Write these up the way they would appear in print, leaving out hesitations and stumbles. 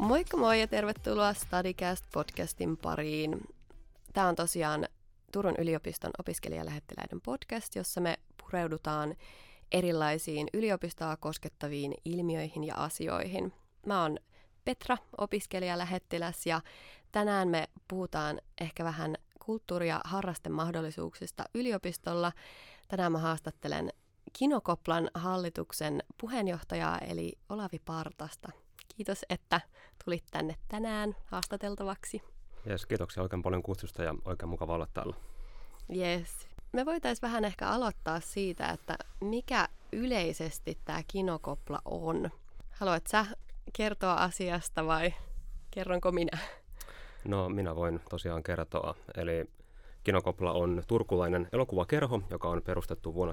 Moikka moi ja tervetuloa Studycast-podcastin pariin. Tämä on tosiaan Turun yliopiston opiskelijalähettiläiden podcast, jossa me pureudutaan erilaisiin yliopistoa koskettaviin ilmiöihin ja asioihin. Mä oon Petra, opiskelijalähettiläs, ja tänään me puhutaan ehkä vähän kulttuuri- ja harrastemahdollisuuksista yliopistolla. Tänään mä haastattelen Kinokoplan hallituksen puheenjohtajaa eli Olavi Partasta. Kiitos, että tulit tänne tänään haastateltavaksi. Jes, kiitoksia oikein paljon kutsusta ja oikein mukava olla täällä. Jes. Me voitaisiin vähän ehkä aloittaa siitä, että mikä yleisesti tämä Kinokopla on. Haluatko sä kertoa asiasta vai kerronko minä? No, minä voin tosiaan kertoa. Eli Kinokopla on turkulainen elokuvakerho, joka on perustettu vuonna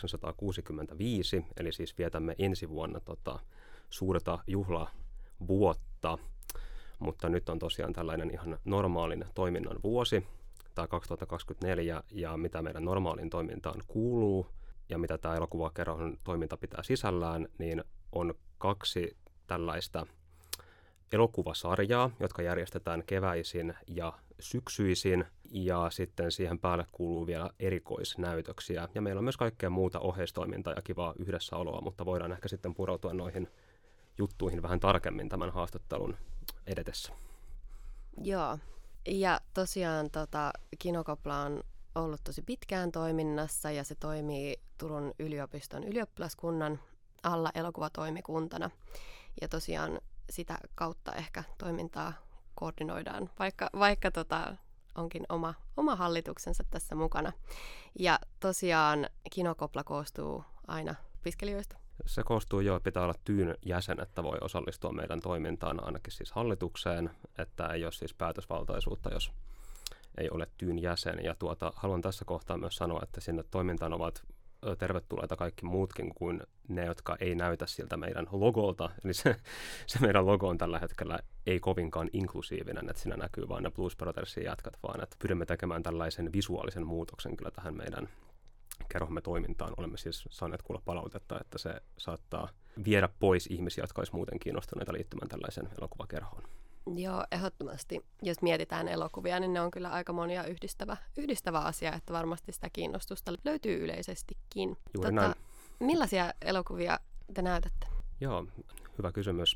1965, eli siis vietämme ensi vuonna suurta juhlavuotta, mutta nyt on tosiaan tällainen ihan normaalin toiminnan vuosi, tämä 2024, ja mitä meidän normaalin toimintaan kuuluu ja mitä tämä elokuvakerhon toiminta pitää sisällään, niin on 2 tällaista elokuvasarjaa, jotka järjestetään keväisin ja syksyisin, ja sitten siihen päälle kuuluu vielä erikoisnäytöksiä, ja meillä on myös kaikkea muuta oheistoimintaa ja kivaa yhdessäoloa, mutta voidaan ehkä sitten pureutua noihin juttuihin vähän tarkemmin tämän haastattelun edetessä. Joo, ja tosiaan Kinokopla on ollut tosi pitkään toiminnassa, ja se toimii Turun yliopiston ylioppilaskunnan alla elokuvatoimikuntana, ja tosiaan sitä kautta ehkä toimintaa koordinoidaan, vaikka onkin oma hallituksensa tässä mukana. Ja tosiaan Kinokopla koostuu aina opiskelijoista. Se koostuu pitää olla tyyn jäsen, että voi osallistua meidän toimintaan, ainakin siis hallitukseen, että ei ole siis päätösvaltaisuutta, jos ei ole tyyn jäsen. Ja haluan tässä kohtaa myös sanoa, että sinne toimintaan ovat tervetulleita kaikki muutkin kuin ne, jotka ei näytä siltä meidän logolta. Eli se meidän logo on tällä hetkellä ei kovinkaan inklusiivinen, että siinä näkyy vain ne Blues Brothersin jätkät, vaan että pyrimme tekemään tällaisen visuaalisen muutoksen kyllä tähän meidän kerhomme toimintaan. Olemme siis saaneet kuulla palautetta, että se saattaa viedä pois ihmisiä, jotka olisi muuten kiinnostuneita liittymään tällaisen elokuvakerhoon. Joo, ehdottomasti. Jos mietitään elokuvia, niin ne on kyllä aika monia yhdistävä asia, että varmasti sitä kiinnostusta löytyy yleisestikin. Juuri näin. Millaisia elokuvia te näytätte? Joo, hyvä kysymys.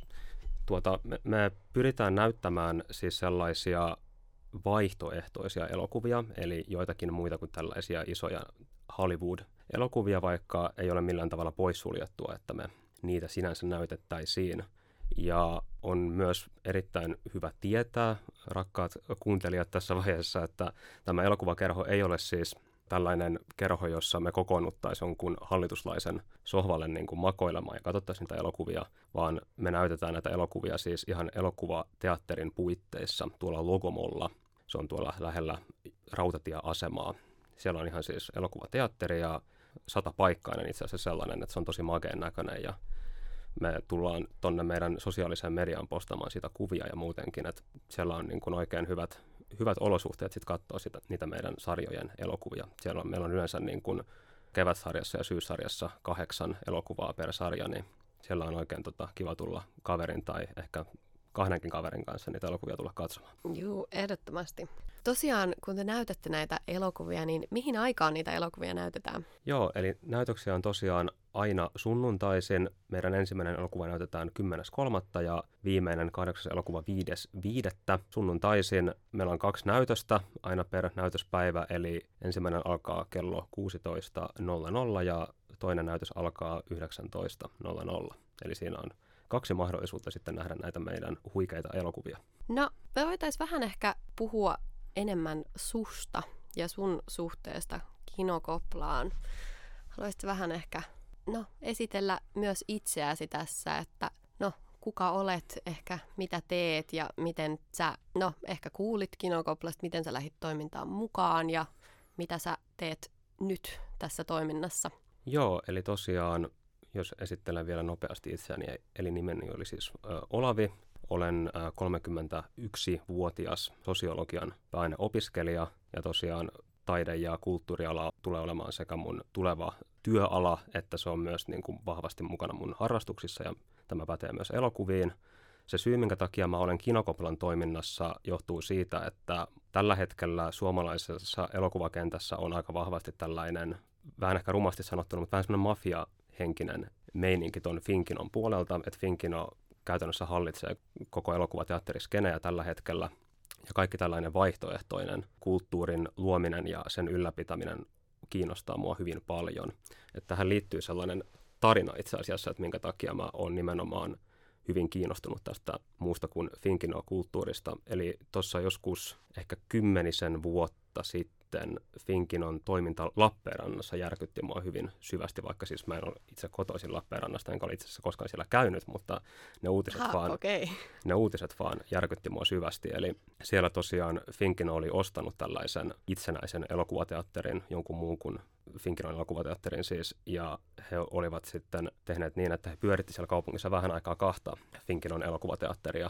Me pyritään näyttämään siis sellaisia vaihtoehtoisia elokuvia, eli joitakin muita kuin tällaisia isoja Hollywood-elokuvia, vaikka ei ole millään tavalla poissuljettua, että me niitä sinänsä näytettäisiin. Ja on myös erittäin hyvä tietää, rakkaat kuuntelijat tässä vaiheessa, että tämä elokuvakerho ei ole siis tällainen kerho, jossa me kokoonnuttaisiin jonkun hallituslaisen sohvalle niin kuin makoilemaan ja katsottaisiin niitä elokuvia, vaan me näytetään näitä elokuvia siis ihan elokuvateatterin puitteissa tuolla Logomolla. Se on tuolla lähellä rautatieasemaa. Siellä on ihan siis elokuvateatteri ja 100-paikkainen itse asiassa sellainen, että se on tosi makeen näköinen, ja me tullaan tuonne meidän sosiaaliseen mediaan postaamaan siitä kuvia ja muutenkin, että siellä on niin kuin oikein hyvät olosuhteet sitten katsoa niitä meidän sarjojen elokuvia. Meillä on yleensä niin kuin kevätsarjassa ja syyssarjassa 8 elokuvaa per sarja, niin siellä on oikein kiva tulla kaverin tai ehkä 2 kaverin kanssa niitä elokuvia tulla katsomaan. Joo, ehdottomasti. Tosiaan, kun te näytätte näitä elokuvia, niin mihin aikaan niitä elokuvia näytetään? Joo, eli näytöksiä on tosiaan aina sunnuntaisin. Meidän ensimmäinen elokuva näytetään 10.3. ja viimeinen 8. elokuva 5.5. Sunnuntaisin. Meillä on 2 näytöstä aina per näytöspäivä, eli ensimmäinen alkaa kello 16.00 ja toinen näytös alkaa 19.00. Eli siinä on 2 mahdollisuutta sitten nähdä näitä meidän huikeita elokuvia. No, me voitaisiin vähän ehkä puhua enemmän susta ja sun suhteesta Kinokoplaan. Haluaisitko vähän ehkä esitellä myös itseäsi tässä, että kuka olet, ehkä mitä teet ja miten sä ehkä kuulit Kinokoplasta, miten sä lähdit toimintaan mukaan ja mitä sä teet nyt tässä toiminnassa? Joo, eli tosiaan, jos esittelen vielä nopeasti itseäni, eli nimeni oli siis Olavi. Olen 31-vuotias sosiologian aineopiskelija, ja tosiaan taide- ja kulttuuriala tulee olemaan sekä mun tuleva työala, että se on myös niin kuin vahvasti mukana mun harrastuksissa, ja tämä pätee myös elokuviin. Se syy, minkä takia mä olen Kinokoplan toiminnassa, johtuu siitä, että tällä hetkellä suomalaisessa elokuvakentässä on aika vahvasti tällainen, vähän ehkä rumasti sanottuna, mutta vähän semmoinen mafia-henkinen meininki ton Finkinon puolelta, että Finkino käytännössä hallitsee koko elokuvateatteriskeneä tällä hetkellä. Ja kaikki tällainen vaihtoehtoinen kulttuurin luominen ja sen ylläpitäminen kiinnostaa mua hyvin paljon. Että tähän liittyy sellainen tarina itse asiassa, että minkä takia mä oon nimenomaan hyvin kiinnostunut tästä muusta kuin Finkino-kulttuurista. Eli tuossa joskus ehkä 10 vuotta sitten Finkinon toiminta Lappeenrannassa järkytti mua hyvin syvästi, vaikka siis mä en ole itse kotoisin Lappeenrannasta, enkä ole itse asiassa koskaan siellä käynyt, mutta ne uutiset vaan järkytti mua syvästi. Eli siellä tosiaan Finkino oli ostanut tällaisen itsenäisen elokuvateatterin, jonkun muun kuin Finkinon elokuvateatterin siis, ja he olivat sitten tehneet niin, että he pyöritti siellä kaupungissa vähän aikaa 2 Finkinon elokuvateatteria,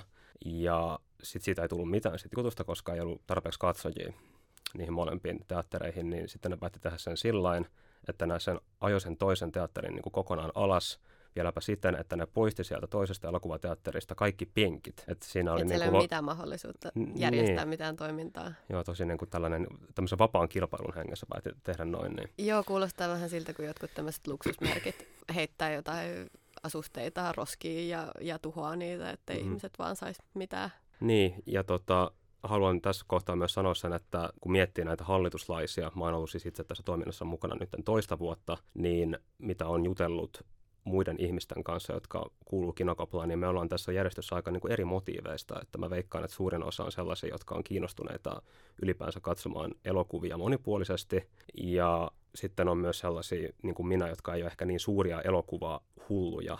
ja sitten siitä ei tullut mitään siitä jutusta, koska ei ollut tarpeeksi katsojia niihin molempiin teattereihin, niin sitten ne päätti tehdä sen sillain, että ne ajoi sen toisen teatterin niin kuin kokonaan alas, vieläpä siten, että ne poisti sieltä toisesta elokuvateatterista kaikki penkit. Että siinä oli siellä ei ole mitään mahdollisuutta järjestää mitään toimintaa. Joo, tosi niin kuin tämmöisen vapaan kilpailun hengessä päätti tehdä noin. Niin. Joo, kuulostaa vähän siltä, kun jotkut tämmöiset luksusmerkit heittää jotain asusteita roskiin ja tuhoaa niitä, ettei ihmiset vaan saisi mitään. Niin, ja haluan tässä kohtaa myös sanoa sen, että kun miettii näitä hallituslaisia, mä oon ollut siis itse tässä toiminnassa mukana nyt 2 vuotta, niin mitä on jutellut muiden ihmisten kanssa, jotka kuuluu Kinokoplaan, niin me ollaan tässä järjestössä aika niin kuin eri motiiveista. Että mä veikkaan, että suurin osa on sellaisia, jotka on kiinnostuneita ylipäänsä katsomaan elokuvia monipuolisesti. Ja sitten on myös sellaisia, niin kuin minä, jotka ei ole ehkä niin suuria elokuvahulluja,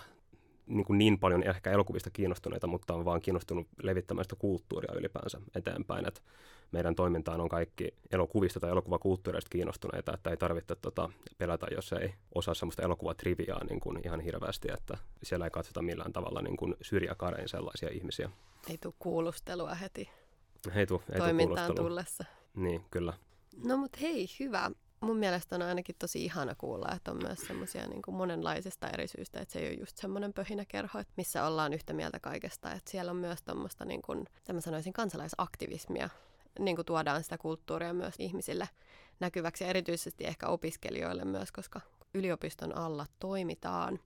niin paljon ehkä elokuvista kiinnostuneita, mutta on vaan kiinnostunut levittämään sitä kulttuuria ylipäänsä eteenpäin. Et meidän toimintaan on kaikki elokuvista tai elokuvakulttuurista kiinnostuneita, että ei tarvitse pelätä, jos ei osaa semmoista elokuvatriviaa niin kuin ihan hirveästi, että siellä ei katsota millään tavalla niin kuin syrjäkarein sellaisia ihmisiä. Ei tule kuulustelua heti ei tule toimintaan tullessa. Niin, kyllä. No mut hei, hyvä. Mun mielestä on ainakin tosi ihana kuulla, että on myös semmoisia niin kuin monenlaisista eri syistä, että se ei ole just semmoinen pöhinäkerho, missä ollaan yhtä mieltä kaikesta. Että siellä on myös tommoista, niin kuin, mä sanoisin, kansalaisaktivismia, niin kuin tuodaan sitä kulttuuria myös ihmisille näkyväksi ja erityisesti ehkä opiskelijoille myös, koska yliopiston alla toimitaan.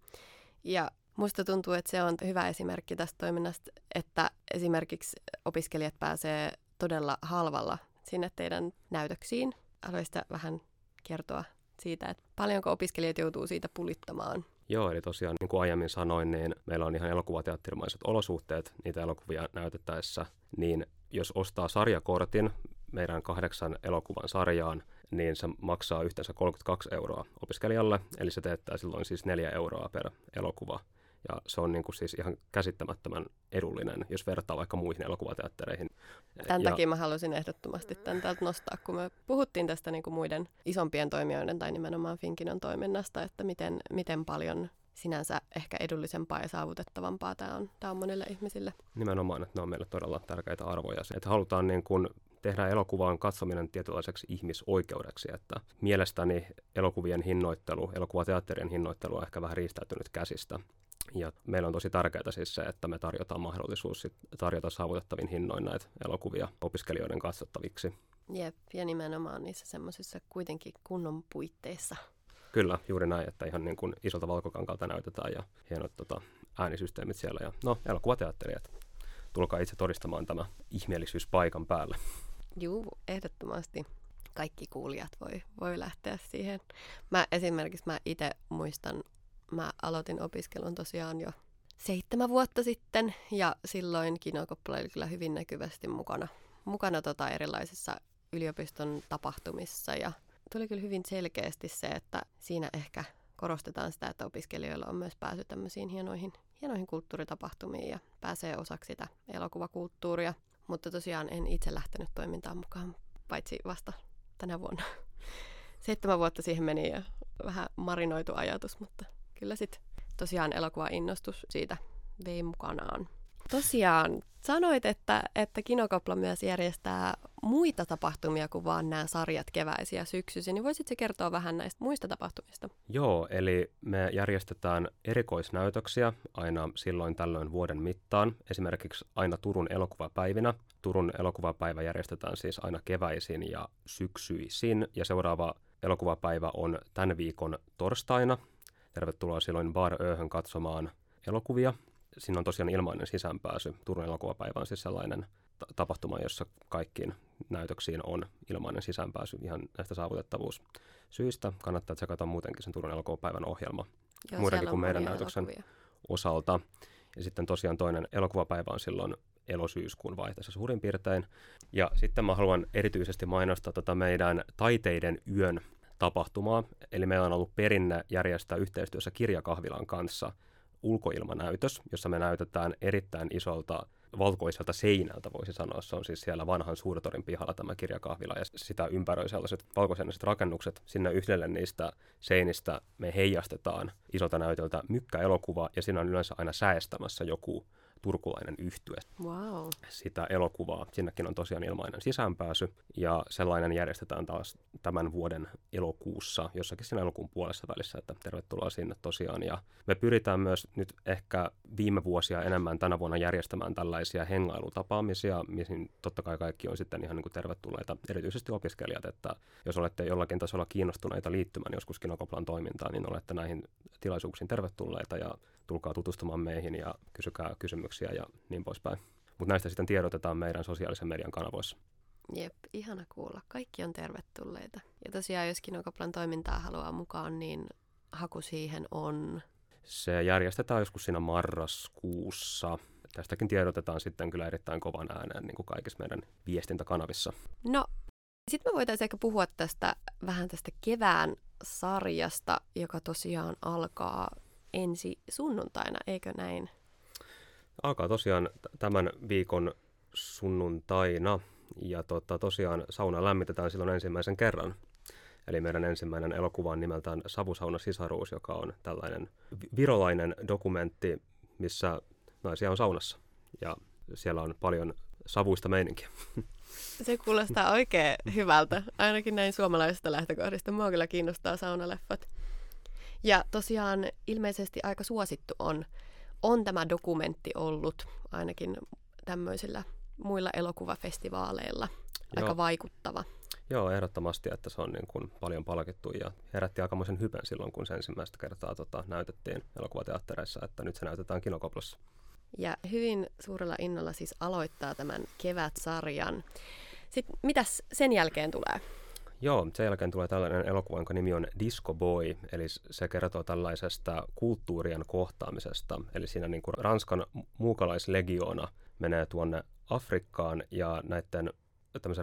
Ja musta tuntuu, että se on hyvä esimerkki tästä toiminnasta, että esimerkiksi opiskelijat pääsee todella halvalla sinne teidän näytöksiin. Haluaisitko vähän kertoa siitä, että paljonko opiskelijat joutuu siitä pulittamaan? Joo, eli tosiaan niin kuin aiemmin sanoin, niin meillä on ihan elokuvateatterimaiset olosuhteet niitä elokuvia näytettäessä, niin jos ostaa sarjakortin meidän 8 elokuvan sarjaan, niin se maksaa yhteensä 32 € opiskelijalle, eli se teettää silloin siis 4 € per elokuva. Ja se on niin kuin siis ihan käsittämättömän edullinen, jos vertaa vaikka muihin elokuvateattereihin. Tämän takia mä halusin ehdottomasti tämän täältä nostaa, kun me puhuttiin tästä niin kuin muiden isompien toimijoiden tai nimenomaan Finkinon toiminnasta, että miten paljon sinänsä ehkä edullisempaa ja saavutettavampaa tämä on monille ihmisille. Nimenomaan, että ne on meille todella tärkeitä arvoja. Että halutaan niin kuin tehdä elokuvan katsominen tietynlaiseksi ihmisoikeudeksi, että mielestäni elokuvien hinnoittelu, elokuvateatterien hinnoittelu on ehkä vähän riistäytynyt käsistä. Ja meillä on tosi tärkeää siis se, että me tarjotaan mahdollisuus tarjota saavutettavin hinnoin näitä elokuvia opiskelijoiden katsottaviksi. Jep, ja nimenomaan niissä semmoisissa kuitenkin kunnon puitteissa. Kyllä, juuri näin, että ihan niin kuin isolta valkokankalta näytetään ja hienot äänisysteemit siellä. Ja no, elokuvateatterijat, tulkaa itse todistamaan tämä ihmeellisyys paikan päällä. Juu, ehdottomasti. Kaikki kuulijat voi lähteä siihen. Mä itse muistan, mä aloitin opiskelun tosiaan jo 7 vuotta sitten ja silloin Kinokopla oli kyllä hyvin näkyvästi mukana erilaisissa yliopiston tapahtumissa ja tuli kyllä hyvin selkeästi se, että siinä ehkä korostetaan sitä, että opiskelijoilla on myös pääsy tämmöisiin hienoihin kulttuuritapahtumiin ja pääsee osaksi sitä elokuvakulttuuria. Mutta tosiaan en itse lähtenyt toimintaan mukaan, paitsi vasta tänä vuonna. 7 vuotta siihen meni ja vähän marinoitu ajatus, mutta kyllä sitten tosiaan elokuva-innostus siitä vei mukanaan. Tosiaan Sanoit, että Kinokopla myös järjestää muita tapahtumia kuin vaan nämä sarjat keväisin ja syksyisin, niin voisitko kertoa vähän näistä muista tapahtumista? Joo, eli me järjestetään erikoisnäytöksiä aina silloin tällöin vuoden mittaan, esimerkiksi aina Turun elokuvapäivinä. Turun elokuvapäivä järjestetään siis aina keväisin ja syksyisin, ja seuraava elokuvapäivä on tämän viikon torstaina. Tervetuloa silloin Bar Öhön katsomaan elokuvia. Siinä on tosiaan ilmainen sisäänpääsy. Turun elokuvapäivä on siis sellainen tapahtuma, jossa kaikkiin näytöksiin on ilmainen sisäänpääsy ihan näistä saavutettavuussyistä. Kannattaa tsekata muutenkin sen Turun elokuvapäivän ohjelma muidenkin kuin meidän näytöksen osalta. Ja sitten tosiaan toinen elokuvapäivä on silloin elosyyskuun vaihteessa suurin piirtein. Ja sitten mä haluan erityisesti mainostaa meidän taiteiden yön tapahtumaa. Eli meillä on ollut perinne järjestää yhteistyössä Kirjakahvilan kanssa ulkoilmanäytös, jossa me näytetään erittäin isolta valkoiselta seinältä, voisi sanoa. Se on siis siellä vanhan Suurtorin pihalla tämä Kirjakahvila, ja sitä ympäröi sellaiset valkoisennaiset rakennukset. Sinne yhdelle niistä seinistä me heijastetaan isolta näytöltä mykkäelokuva, ja siinä on yleensä aina säestämässä joku turkulainen yhtye sitä elokuvaa. Sinnekin on tosiaan ilmainen sisäänpääsy, ja sellainen järjestetään taas tämän vuoden elokuussa, jossakin siinä elokuun puolessa välissä, että tervetuloa sinne tosiaan. Ja me pyritään myös nyt ehkä viime vuosia enemmän tänä vuonna järjestämään tällaisia hengailutapaamisia, mihin totta kai kaikki on sitten ihan niin kuin tervetulleita, erityisesti opiskelijat, että jos olette jollakin tasolla kiinnostuneita liittymään joskus Kinokoplan toimintaan, niin olette näihin tilaisuuksiin tervetulleita ja tulkaa tutustumaan meihin ja kysykää kysymyksiä ja niin poispäin. Mutta näistä sitten tiedotetaan meidän sosiaalisen median kanavoissa. Jep, ihana kuulla. Kaikki on tervetulleita. Ja tosiaan, jos Kinokoplan toimintaa haluaa mukaan, niin haku siihen on... Se järjestetään joskus siinä marraskuussa. Tästäkin tiedotetaan sitten kyllä erittäin kovan ääneen niin kuin kaikissa meidän viestintäkanavissa. No, sitten me voitaisiin ehkä puhua vähän tästä kevään sarjasta, joka tosiaan alkaa ensi sunnuntaina, eikö näin? Alkaa tosiaan tämän viikon sunnuntaina, ja tosiaan sauna lämmitetään silloin ensimmäisen kerran. Eli meidän ensimmäinen elokuva on nimeltään Savusauna sisaruus, joka on tällainen virolainen dokumentti, missä naisia on saunassa, ja siellä on paljon savuista meininkiä. Se kuulostaa oikein hyvältä, ainakin näin suomalaisesta lähtökohdista. Mua kyllä kiinnostaa saunaleffat. Ja tosiaan ilmeisesti aika suosittu on tämä dokumentti ollut ainakin tämmöisillä muilla elokuvafestivaaleilla. Aika vaikuttava. Joo, ehdottomasti, että se on niin kuin paljon palkittu ja herätti aikamoisen hypen silloin, kun se ensimmäistä kertaa näytettiin elokuvateattereissa, että nyt se näytetään Kinokoplassa. Ja hyvin suurella innolla siis aloittaa tämän kevätsarjan. Sitten mitäs sen jälkeen tulee? Joo, sen jälkeen tulee tällainen elokuva, jonka nimi on Disco Boy, eli se kertoo tällaisesta kulttuurien kohtaamisesta. Eli siinä niin kuin Ranskan muukalaislegioona menee tuonne Afrikkaan ja näiden tämmöisen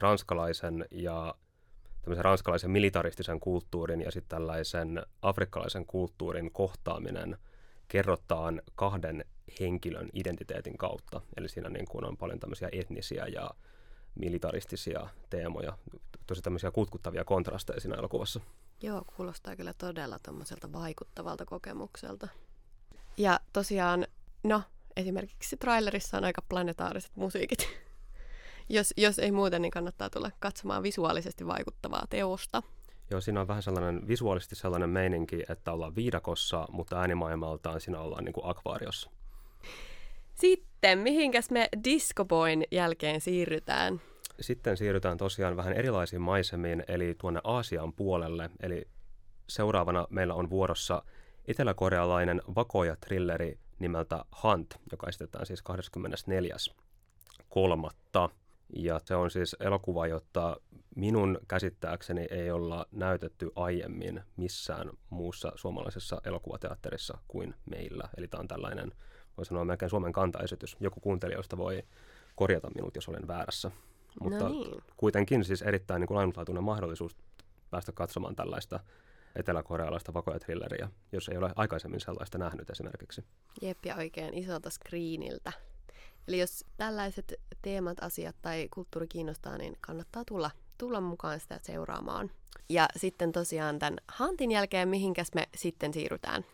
ranskalaisen militaristisen kulttuurin ja sitten tällaisen afrikkalaisen kulttuurin kohtaaminen kerrotaan kahden henkilön identiteetin kautta. Eli siinä niin kuin on paljon tämmöisiä etnisiä ja militaristisia teemoja, tosi tämmöisiä kutkuttavia kontrasteja siinä elokuvassa. Joo, kuulostaa kyllä todella tommoselta vaikuttavalta kokemukselta. Ja tosiaan, esimerkiksi trailerissa on aika planetaariset musiikit. Jos ei muuten, niin kannattaa tulla katsomaan visuaalisesti vaikuttavaa teosta. Joo, siinä on vähän sellainen visuaalisesti sellainen meininki, että ollaan viidakossa, mutta äänimaailmaltaan siinä ollaan niin kuin akvaariossa. Sitten, mihinkäs me Disco Boyn jälkeen siirrytään? Sitten siirrytään tosiaan vähän erilaisiin maisemiin, eli tuonne Aasian puolelle. Eli seuraavana meillä on vuorossa eteläkorealainen vakoja-trilleri nimeltä Hunt, joka esitetään siis 24.3. Ja se on siis elokuva, jota minun käsittääkseni ei olla näytetty aiemmin missään muussa suomalaisessa elokuvateatterissa kuin meillä. Eli tämä on tällainen, voi sanoa melkein Suomen kantaesitys. Joku kuuntelijoista voi korjata minut, jos olen väärässä. Mutta kuitenkin siis erittäin niin kuin ainutlaatuinen mahdollisuus päästä katsomaan tällaista eteläkorealaista vakoja-thrilleriä, jos ei ole aikaisemmin sellaista nähnyt esimerkiksi. Jep, ja oikein isolta screeniltä. Eli jos tällaiset teemat, asiat tai kulttuuri kiinnostaa, niin kannattaa tulla mukaan sitä seuraamaan. Ja sitten tosiaan tämän Huntin jälkeen, mihinkäs me sitten siirrytään?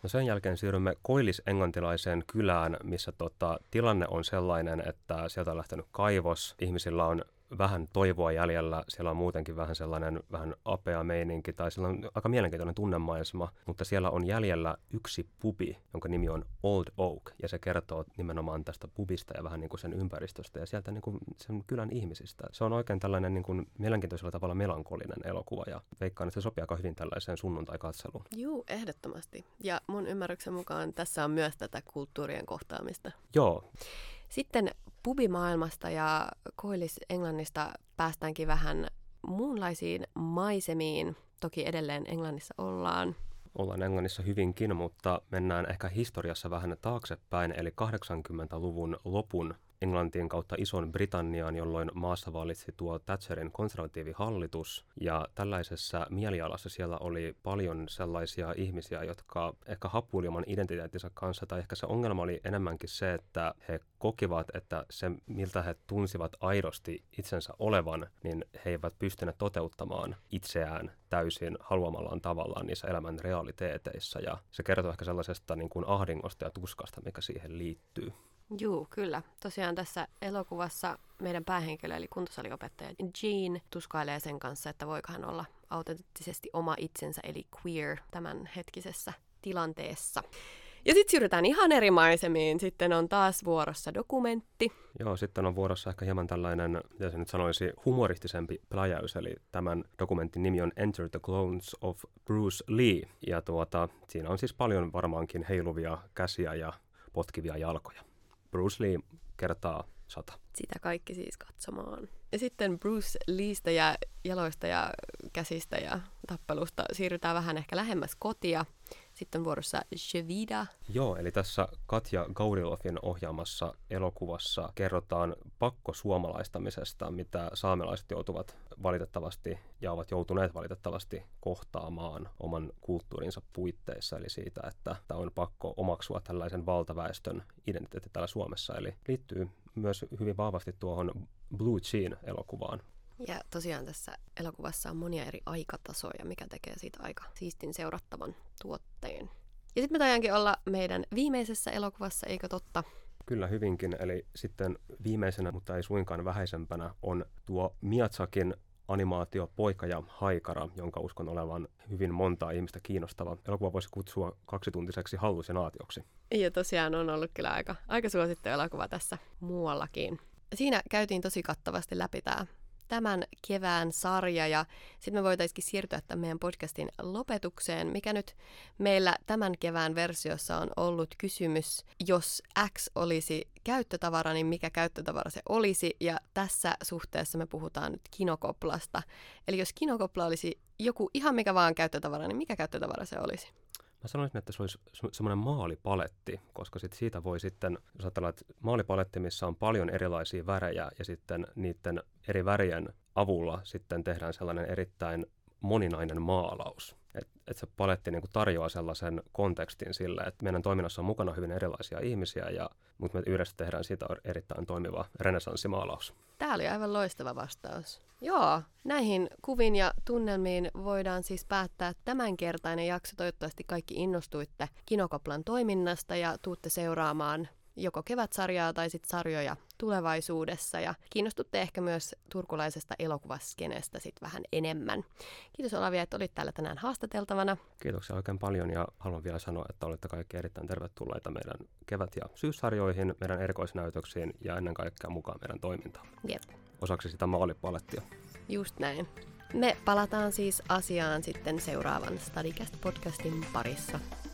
No sen jälkeen siirrymme koillis-englantilaiseen kylään, missä tilanne on sellainen, että sieltä on lähtenyt kaivos. Ihmisillä on vähän toivoa jäljellä. Siellä on muutenkin vähän sellainen vähän apea meininki, tai siellä on aika mielenkiintoinen tunnemaisema, mutta siellä on jäljellä yksi pubi, jonka nimi on Old Oak, ja se kertoo nimenomaan tästä pubista ja vähän niin kuin sen ympäristöstä ja sieltä niin kuin sen kylän ihmisistä. Se on oikein tällainen niin kuin mielenkiintoisella tavalla melankolinen elokuva, ja veikkaan, että se sopii aika hyvin tällaiseen sunnuntai-katseluun. Juu, ehdottomasti. Ja mun ymmärryksen mukaan tässä on myös tätä kulttuurien kohtaamista. Joo. Sitten pubimaailmasta ja Koillis-Englannista päästäänkin vähän muunlaisiin maisemiin. Toki edelleen Englannissa ollaan. Ollaan Englannissa hyvinkin, mutta mennään ehkä historiassa vähän taaksepäin, eli 80-luvun lopun Englantiin kautta Ison-Britanniaan, jolloin maassa vallitsi tuo Thatcherin konservatiivihallitus. Ja tällaisessa mielialassa siellä oli paljon sellaisia ihmisiä, jotka ehkä happuili oman identiteettinsä kanssa, tai ehkä se ongelma oli enemmänkin se, että he kokivat, että se, miltä he tunsivat aidosti itsensä olevan, niin he eivät pystyneet toteuttamaan itseään täysin haluamallaan tavallaan niissä elämän realiteeteissa. Ja se kertoo ehkä sellaisesta niin kuin ahdingosta ja tuskasta, mikä siihen liittyy. Juu, kyllä. Tosiaan tässä elokuvassa meidän päähenkilö, eli kuntosaliopettaja Jean, tuskailee sen kanssa, että voiko hän olla autenttisesti oma itsensä, eli queer, tämän hetkisessä tilanteessa. Ja sitten siirrytään ihan eri maisemiin. Sitten on taas vuorossa dokumentti. Joo, sitten on vuorossa ehkä hieman tällainen, mitä se nyt sanoisi, humoristisempi pläjäys. Eli tämän dokumentin nimi on Enter the Clones of Bruce Lee. Ja siinä on siis paljon varmaankin heiluvia käsiä ja potkivia jalkoja. Bruce Lee kertaa 100. Sitä kaikki siis katsomaan. Ja sitten Bruce Leestä ja jaloista ja käsistä ja tappelusta siirrytään vähän ehkä lähemmäs kotia. Sitten on vuorossa Jevida. Joo, eli tässä Katja Gaudilovin ohjaamassa elokuvassa kerrotaan pakkosuomalaistamisesta, mitä saamelaiset joutuvat valitettavasti ja ovat joutuneet valitettavasti kohtaamaan oman kulttuurinsa puitteissa. Eli siitä, että on pakko omaksua tällaisen valtaväestön identiteetti täällä Suomessa. Eli liittyy myös hyvin vahvasti tuohon Blue Jean-elokuvaan. Ja tosiaan tässä elokuvassa on monia eri aikatasoja, mikä tekee siitä aika siistin seurattavan tuotteen. Ja sitten me tajankin olla meidän viimeisessä elokuvassa, eikö totta? Kyllä hyvinkin, eli sitten viimeisenä, mutta ei suinkaan vähäisempänä, on tuo Miyazakin animaatio Poika ja haikara, jonka uskon olevan hyvin montaa ihmistä kiinnostava. Elokuva voisi kutsua 2-tuntiseksi hallusinaatioksi. Ja tosiaan on ollut kyllä aika suosittu elokuva tässä muuallakin. Siinä käytiin tosi kattavasti läpi tämän kevään sarja, ja sitten me voitaisiin siirtyä tämän meidän podcastin lopetukseen, mikä nyt meillä tämän kevään versiossa on ollut kysymys, jos X olisi käyttötavara, niin mikä käyttötavara se olisi, ja tässä suhteessa me puhutaan nyt kinokoplasta. Eli jos kinokopla olisi joku ihan mikä vaan käyttötavara, niin mikä käyttötavara se olisi? Mä sanoisin, että se olisi semmoinen maalipaletti, koska siitä voi sitten, jos ajatellaan, että maalipaletti, missä on paljon erilaisia värejä ja sitten niiden eri värien avulla sitten tehdään sellainen erittäin moninainen maalaus. Että se paletti niin kuin tarjoaa sellaisen kontekstin sille, että meidän toiminnassa on mukana hyvin erilaisia ihmisiä, mutta me yhdessä tehdään siitä erittäin toimiva renessanssimaalaus. Tämä oli aivan loistava vastaus. Joo, näihin kuviin ja tunnelmiin voidaan siis päättää tämänkertainen jakso. Toivottavasti kaikki innostuitte Kinokoplan toiminnasta ja tuutte seuraamaan joko kevätsarjaa tai sitten sarjoja tulevaisuudessa. Ja kiinnostutte ehkä myös turkulaisesta elokuvaskenestä sitten vähän enemmän. Kiitos Olavia, että olit täällä tänään haastateltavana. Kiitoksia oikein paljon ja haluan vielä sanoa, että olette kaikki erittäin tervetulleita meidän kevät- ja syyssarjoihin, meidän erikoisnäytöksiin ja ennen kaikkea mukaan meidän toimintaan. Jep. Osaksi sitä maalipalettia. Just näin. Me palataan siis asiaan sitten seuraavan StudyCast-podcastin parissa.